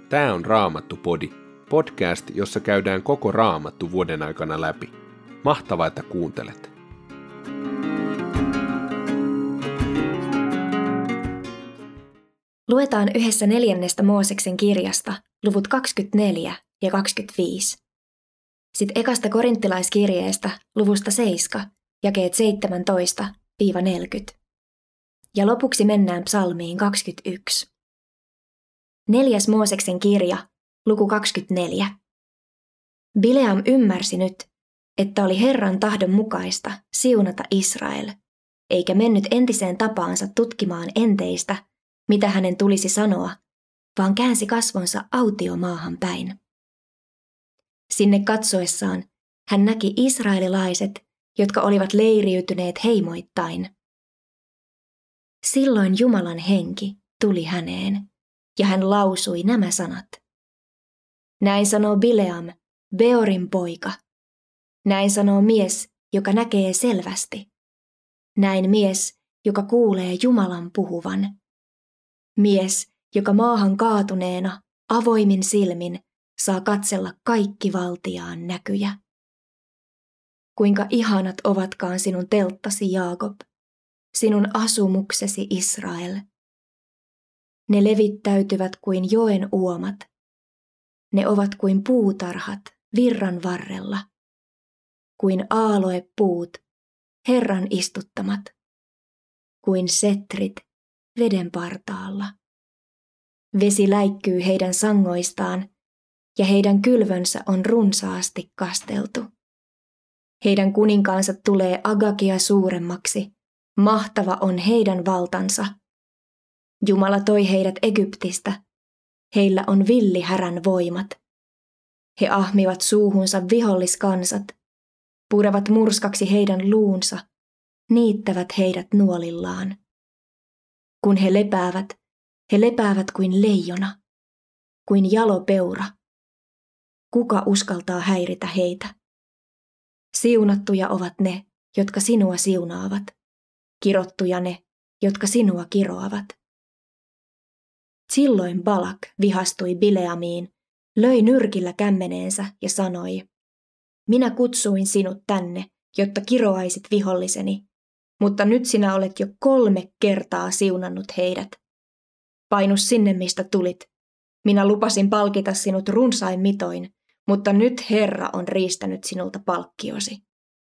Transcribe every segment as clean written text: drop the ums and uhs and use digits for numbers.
Tää on Raamattu-podi, podcast, jossa käydään koko Raamattu vuoden aikana läpi. Mahtavaa, että kuuntelet! Luetaan yhdessä 4. Mooseksen kirjasta, luvut 24 ja 25. Sitten ekasta korinttilaiskirjeestä, luvusta 7, jakeet 17-40. Ja lopuksi mennään psalmiin 21. 4. Mooseksen kirja, luku 24. Bileam ymmärsi nyt, että oli Herran tahdon mukaista siunata Israel, eikä mennyt entiseen tapaansa tutkimaan enteistä, mitä hänen tulisi sanoa, vaan käänsi kasvonsa autiomaahan päin. Sinne katsoessaan hän näki israelilaiset, jotka olivat leiriytyneet heimoittain. Silloin Jumalan henki tuli häneen, ja hän lausui nämä sanat. Näin sanoo Bileam, Beorin poika. Näin sanoo mies, joka näkee selvästi. Näin mies, joka kuulee Jumalan puhuvan. Mies, joka maahan kaatuneena, avoimin silmin, saa katsella kaikki valtiaan näkyjä. Kuinka ihanat ovatkaan sinun telttasi, Jaakob, sinun asumuksesi, Israel. Ne levittäytyvät kuin joen uomat. Ne ovat kuin puutarhat virran varrella, kuin aaloepuut, Herran istuttamat, kuin setrit veden partaalla. Vesi läikkyy heidän sangoistaan, ja heidän kylvönsä on runsaasti kasteltu. Heidän kuninkaansa tulee Agagia suuremmaksi, mahtava on heidän valtansa. Jumala toi heidät Egyptistä, heillä on villihärän voimat. He ahmivat suuhunsa viholliskansat, purevat murskaksi heidän luunsa, niittävät heidät nuolillaan. Kun he lepäävät kuin leijona, kuin jalopeura. Kuka uskaltaa häiritä heitä? Siunattuja ovat ne, jotka sinua siunaavat, kirottuja ne, jotka sinua kiroavat. Silloin Balak vihastui Bileamiin, löi nyrkillä kämmeneensä ja sanoi, minä kutsuin sinut tänne, jotta kiroaisit viholliseni, mutta nyt sinä olet jo 3 kertaa siunannut heidät. Painu sinne, mistä tulit. Minä lupasin palkita sinut runsain mitoin, mutta nyt Herra on riistänyt sinulta palkkiosi.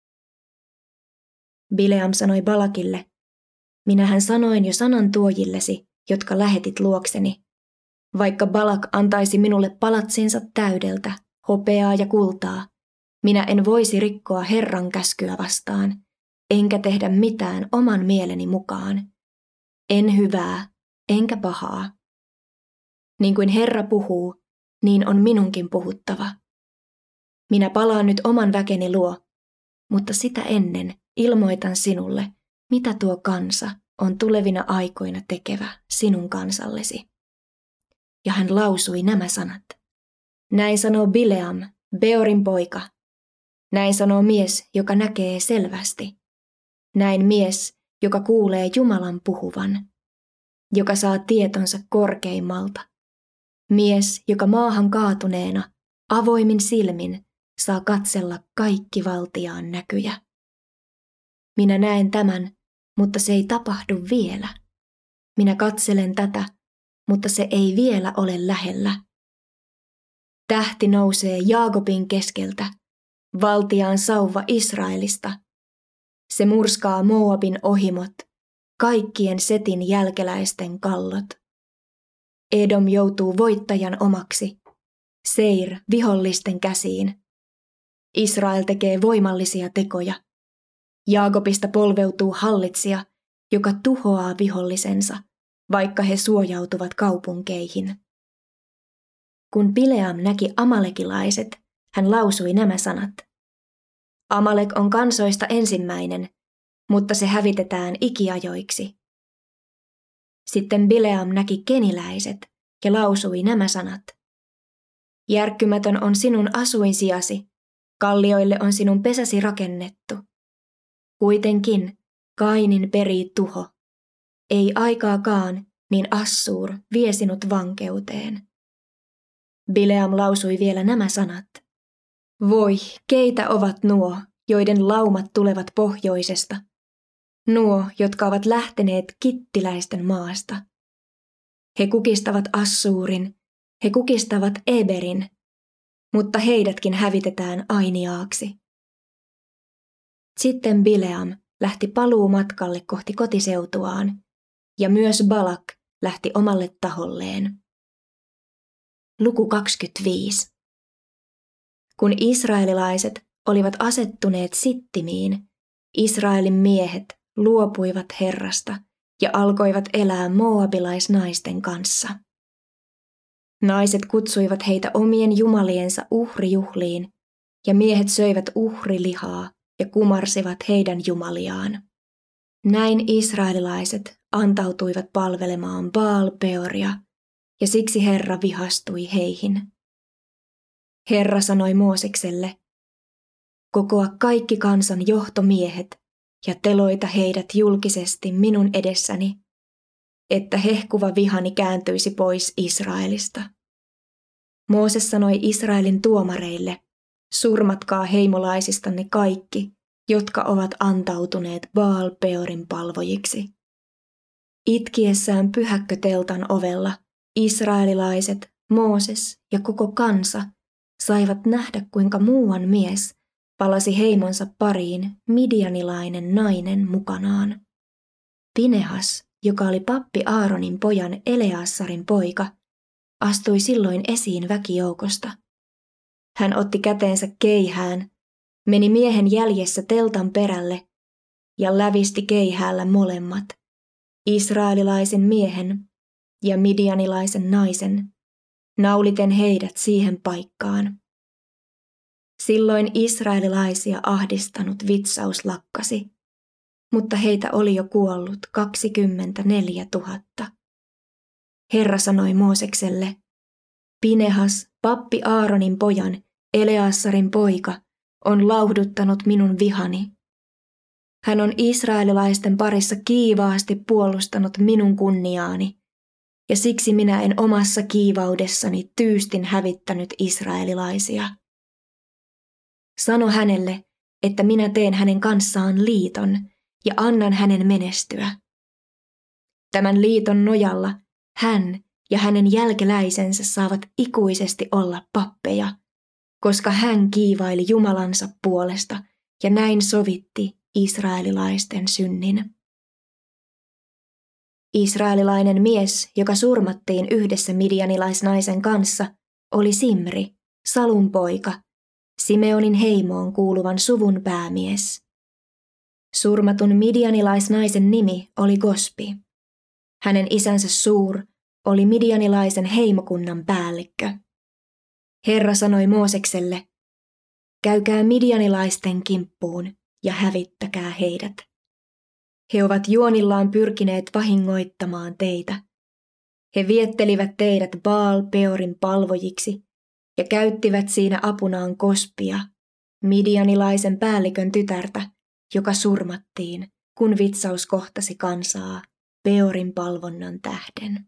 Bileam sanoi Balakille, minähän sanoin jo sanan tuojillesi, jotka lähetit luokseni. Vaikka Balak antaisi minulle palatsinsa täydeltä, hopeaa ja kultaa, minä en voisi rikkoa Herran käskyä vastaan, enkä tehdä mitään oman mieleni mukaan. En hyvää, enkä pahaa. Niin kuin Herra puhuu, niin on minunkin puhuttava. Minä palaan nyt oman väkeni luo, mutta sitä ennen ilmoitan sinulle, mitä tuo kansa on tulevina aikoina tekevä sinun kansallesi. Ja hän lausui nämä sanat. Näin sanoo Bileam, Beorin poika. Näin sanoo mies, joka näkee selvästi. Näin mies, joka kuulee Jumalan puhuvan. Joka saa tietonsa korkeimmalta. Mies, joka maahan kaatuneena, avoimin silmin, saa katsella kaikki valtiaan näkyjä. Minä näen tämän, mutta se ei tapahdu vielä. Minä katselen tätä, mutta se ei vielä ole lähellä. Tähti nousee Jaakobin keskeltä, valtiaan sauva Israelista. Se murskaa Moabin ohimot, kaikkien Setin jälkeläisten kallot. Edom joutuu voittajan omaksi, Seir vihollisten käsiin. Israel tekee voimallisia tekoja. Jaakobista polveutuu hallitsija, joka tuhoaa vihollisensa, vaikka he suojautuvat kaupunkeihin. Kun Bileam näki amalekilaiset, hän lausui nämä sanat. Amalek on kansoista ensimmäinen, mutta se hävitetään ikiajoiksi. Sitten Bileam näki keniläiset ja lausui nämä sanat. Järkkymätön on sinun asuinsijasi, kallioille on sinun pesäsi rakennettu. Kuitenkin Kainin perii tuho. Ei aikaakaan, niin Assur vie sinut vankeuteen. Bileam lausui vielä nämä sanat. Voi, keitä ovat nuo, joiden laumat tulevat pohjoisesta? Nuo, jotka ovat lähteneet kittiläisten maasta. He kukistavat Assuurin, he kukistavat Eberin, mutta heidätkin hävitetään ainiaaksi. Sitten Bileam lähti paluumatkalle kohti kotiseutuaan, ja myös Balak lähti omalle taholleen. Luku 25. Kun israelilaiset olivat asettuneet Sittimiin, Israelin miehet luopuivat Herrasta ja alkoivat elää moabilaisnaisten kanssa. Naiset kutsuivat heitä omien jumaliensa uhrijuhliin, ja miehet söivät uhrilihaa ja kumarsivat heidän jumaliaan. Näin israelilaiset antautuivat palvelemaan Baal-peoria, ja siksi Herra vihastui heihin. Herra sanoi Moosekselle, kokoa kaikki kansan johtomiehet ja teloita heidät julkisesti minun edessäni, että hehkuva vihani kääntyisi pois Israelista. Mooses sanoi Israelin tuomareille, surmatkaa heimolaisistanne kaikki, jotka ovat antautuneet Baal-peorin palvojiksi. Itkiessään pyhäkköteltan ovella israelilaiset, Mooses ja koko kansa saivat nähdä, kuinka muuan mies palasi heimonsa pariin midianilainen nainen mukanaan. Pinehas, joka oli pappi Aaronin pojan Eleassarin poika, astui silloin esiin väkijoukosta. Hän otti käteensä keihään, meni miehen jäljessä teltan perälle ja lävisti keihäällä molemmat, israelilaisen miehen ja midianilaisen naisen, nauliten heidät siihen paikkaan. Silloin israelilaisia ahdistanut vitsaus lakkasi, mutta heitä oli jo kuollut 24 000. Herra sanoi Moosekselle, Pinehas, pappi Aaronin pojan, Eleassarin poika, on lauhduttanut minun vihani. Hän on israelilaisten parissa kiivaasti puolustanut minun kunniaani, ja siksi minä en omassa kiivaudessani tyystin hävittänyt israelilaisia. Sano hänelle, että minä teen hänen kanssaan liiton ja annan hänen menestyä. Tämän liiton nojalla hän ja hänen jälkeläisensä saavat ikuisesti olla pappeja, koska hän kiivaili Jumalansa puolesta ja näin sovitti israelilaisten synnin. Israelilainen mies, joka surmattiin yhdessä midianilaisnaisen kanssa, oli Simri, Salun poika, Simeonin heimoon kuuluvan suvun päämies. Surmatun midianilaisnaisen nimi oli Gospi. Hänen isänsä Suur oli midianilaisen heimokunnan päällikkö. Herra sanoi Moosekselle, käykää midianilaisten kimppuun ja hävittäkää heidät. He ovat juonillaan pyrkineet vahingoittamaan teitä. He viettelivät teidät Baal-peorin palvojiksi ja käyttivät siinä apunaan Gospia, midianilaisen päällikön tytärtä, joka surmattiin, kun vitsaus kohtasi kansaa Peorin palvonnan tähden.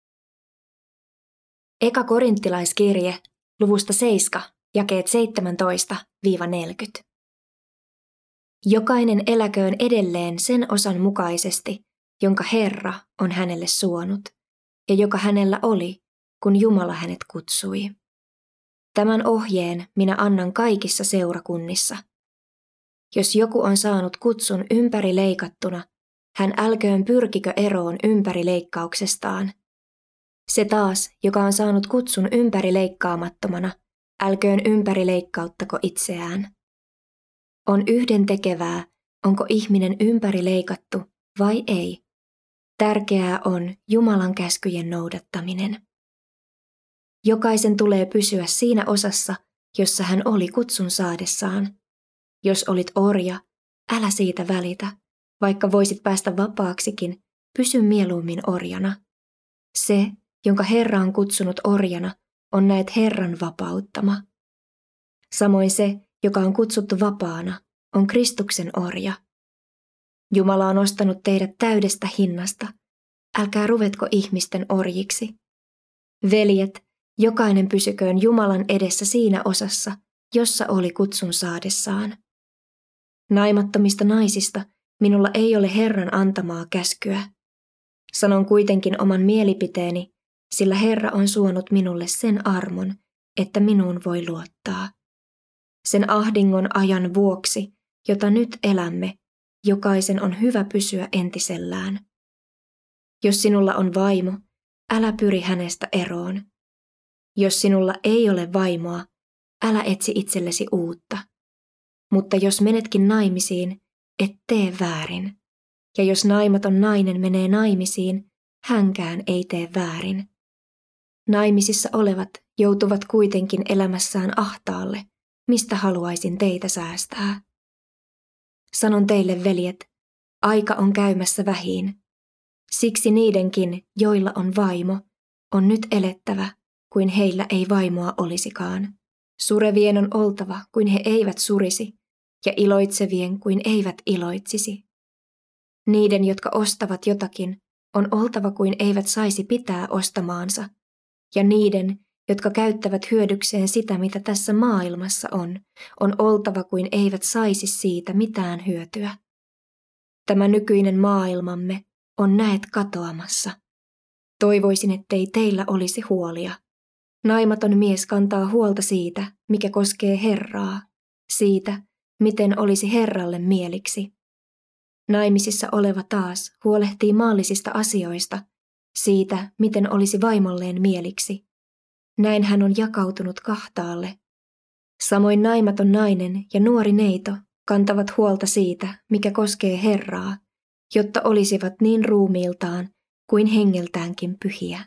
Eka korinttilaiskirje, luvusta 7, jakeet 17-40. Jokainen eläköön edelleen sen osan mukaisesti, jonka Herra on hänelle suonut, ja joka hänellä oli, kun Jumala hänet kutsui. Tämän ohjeen minä annan kaikissa seurakunnissa. Jos joku on saanut kutsun ympärileikattuna, hän älköön pyrkikö eroon ympärileikkauksestaan. Se taas, joka on saanut kutsun ympärileikkaamattomana, älköön ympärileikkauttako itseään. On yhdentekevää, onko ihminen ympärileikattu vai ei. Tärkeää on Jumalan käskyjen noudattaminen. Jokaisen tulee pysyä siinä osassa, jossa hän oli kutsun saadessaan. Jos olit orja, älä siitä välitä, vaikka voisit päästä vapaaksikin, pysy mieluummin orjana. Se, jonka Herra on kutsunut orjana, on näet Herran vapauttama. Samoin se, joka on kutsuttu vapaana, on Kristuksen orja. Jumala on ostanut teidät täydestä hinnasta. Älkää ruvetko ihmisten orjiksi. Veljet, Jokainen pysyköön Jumalan edessä siinä osassa, jossa oli kutsun saadessaan. Naimattomista naisista minulla ei ole Herran antamaa käskyä. Sanon kuitenkin oman mielipiteeni, sillä Herra on suonut minulle sen armon, että minuun voi luottaa. Sen ahdingon ajan vuoksi, jota nyt elämme, jokaisen on hyvä pysyä entisellään. Jos sinulla on vaimo, älä pyri hänestä eroon. Jos sinulla ei ole vaimoa, älä etsi itsellesi uutta. Mutta jos menetkin naimisiin, et tee väärin. Ja jos naimaton nainen menee naimisiin, hänkään ei tee väärin. Naimisissa olevat joutuvat kuitenkin elämässään ahtaalle, mistä haluaisin teitä säästää. Sanon teille, veljet, aika on käymässä vähiin. Siksi niidenkin, joilla on vaimo, on nyt elettävä, kuin heillä ei vaimoa olisikaan. Surevien on oltava, kuin he eivät surisi, ja iloitsevien kuin eivät iloitsisi. Niiden, jotka ostavat jotakin, on oltava kuin eivät saisi pitää ostamaansa, ja niiden, jotka käyttävät hyödykseen sitä, mitä tässä maailmassa on oltava kuin eivät saisi siitä mitään hyötyä. Tämä nykyinen maailmamme on näet katoamassa. Toivoisin, ettei teillä olisi huolia. Naimaton mies kantaa huolta siitä, mikä koskee Herraa, siitä, miten olisi Herralle mieliksi. Naimisissa oleva taas huolehtii maallisista asioista, siitä, miten olisi vaimolleen mieliksi. Näin hän on jakautunut kahtaalle. Samoin naimaton nainen ja nuori neito kantavat huolta siitä, mikä koskee Herraa, jotta olisivat niin ruumiiltaan kuin hengeltäänkin pyhiä.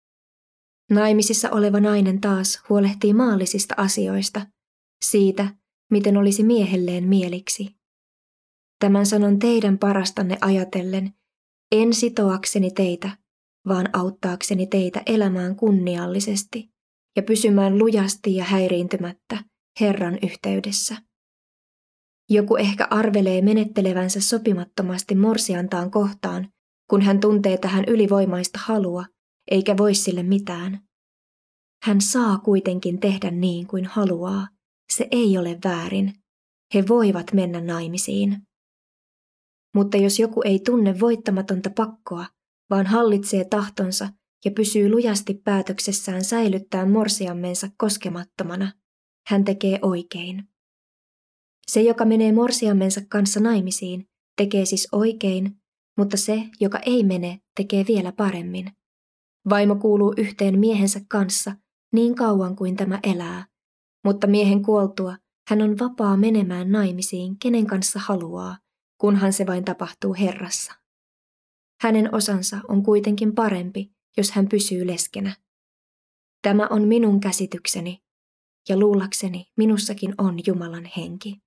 Naimisissa oleva nainen taas huolehtii maallisista asioista, siitä, miten olisi miehelleen mieliksi. Tämän sanon teidän parastanne ajatellen, en sitoakseni teitä, vaan auttaakseni teitä elämään kunniallisesti ja pysymään lujasti ja häiriintymättä Herran yhteydessä. Joku ehkä arvelee menettelevänsä sopimattomasti morsiantaan kohtaan, kun hän tuntee tähän ylivoimaista halua, eikä voi sille mitään. Hän saa kuitenkin tehdä niin kuin haluaa. Se ei ole väärin. He voivat mennä naimisiin. Mutta jos joku ei tunne voittamatonta pakkoa, vaan hallitsee tahtonsa ja pysyy lujasti päätöksessään säilyttää morsiammensa koskemattomana, hän tekee oikein. Se, joka menee morsiammensa kanssa naimisiin, tekee siis oikein, mutta se, joka ei mene, tekee vielä paremmin. Vaimo kuuluu yhteen miehensä kanssa niin kauan kuin tämä elää, mutta miehen kuoltua hän on vapaa menemään naimisiin kenen kanssa haluaa, kunhan se vain tapahtuu Herrassa. Hänen osansa on kuitenkin parempi, jos hän pysyy leskenä. Tämä on minun käsitykseni, ja luullakseni minussakin on Jumalan henki.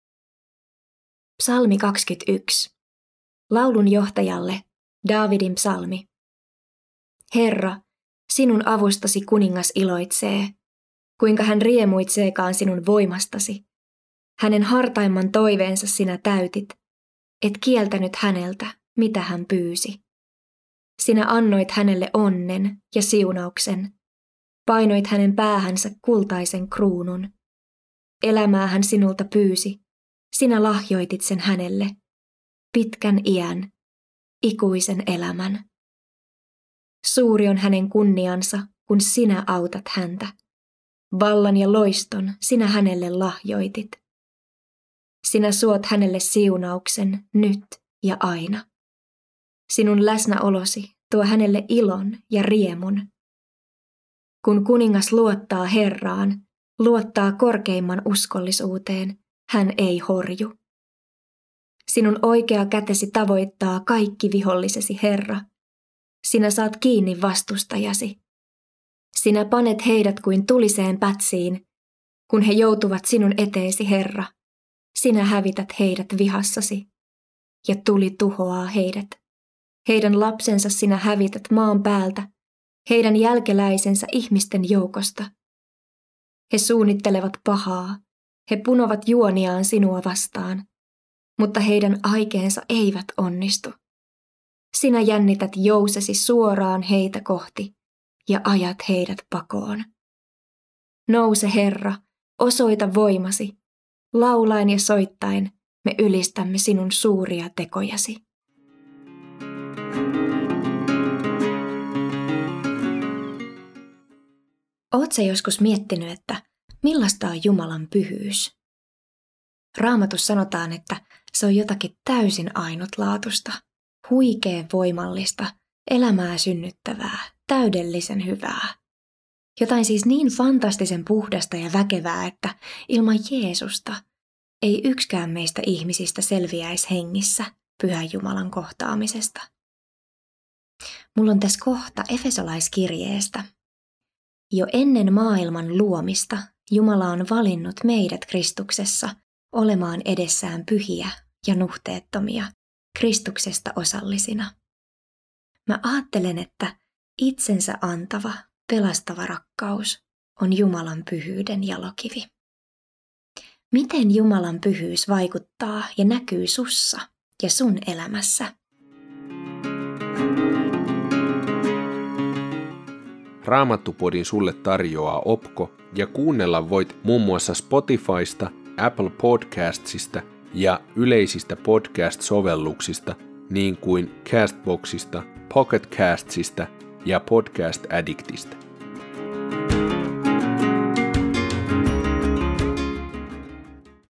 Psalmi 21. Laulun johtajalle, Daavidin psalmi. Herra, sinun avustasi kuningas iloitsee. Kuinka hän riemuitseekaan sinun voimastasi. Hänen hartaimman toiveensa sinä täytit, et kieltänyt häneltä, mitä hän pyysi. Sinä annoit hänelle onnen ja siunauksen. Painoit hänen päähänsä kultaisen kruunun. Elämää hän sinulta pyysi. Sinä lahjoitit sen hänelle. Pitkän iän, ikuisen elämän. Suuri on hänen kunniansa, kun sinä autat häntä. Vallan ja loiston sinä hänelle lahjoitit. Sinä suot hänelle siunauksen nyt ja aina. Sinun läsnäolosi tuo hänelle ilon ja riemun. Kun kuningas luottaa Herraan, luottaa korkeimman uskollisuuteen, hän ei horju. Sinun oikea kätesi tavoittaa kaikki vihollisesi, Herra. Sinä saat kiinni vastustajasi. Sinä panet heidät kuin tuliseen pätsiin, kun he joutuvat sinun eteesi, Herra. Sinä hävität heidät vihassasi, ja tuli tuhoaa heidät. Heidän lapsensa sinä hävität maan päältä, heidän jälkeläisensä ihmisten joukosta. He suunnittelevat pahaa, he punovat juoniaan sinua vastaan, mutta heidän aikeensa eivät onnistu. Sinä jännität jousesi suoraan heitä kohti, ja ajat heidät pakoon. Nouse, Herra, osoita voimasi. Laulaen ja soittaen me ylistämme sinun suuria tekojasi. Oot sä joskus miettinyt, että millaista on Jumalan pyhyys? Raamatussa sanotaan, että se on jotakin täysin ainutlaatuista, huikeen voimallista, elämää synnyttävää, täydellisen hyvää. Jotain siis niin fantastisen puhdasta ja väkevää, että ilman Jeesusta ei yksikään meistä ihmisistä selviäisi hengissä Pyhän Jumalan kohtaamisesta. Mulla on tässä kohta Efesolaiskirjeestä. Jo ennen maailman luomista Jumala on valinnut meidät Kristuksessa olemaan edessään pyhiä ja nuhteettomia, Kristuksesta osallisina. Mä ajattelen, että itsensä antava, pelastava rakkaus on Jumalan pyhyyden jalokivi. Miten Jumalan pyhyys vaikuttaa ja näkyy sussa ja sun elämässä? Raamattupodin sulle tarjoaa Opko ja kuunnella voit muun muassa Spotifysta, Apple Podcastsista ja yleisistä podcast-sovelluksista niin kuin Castboxista, Pocket Castsista ja Podcast Addictista.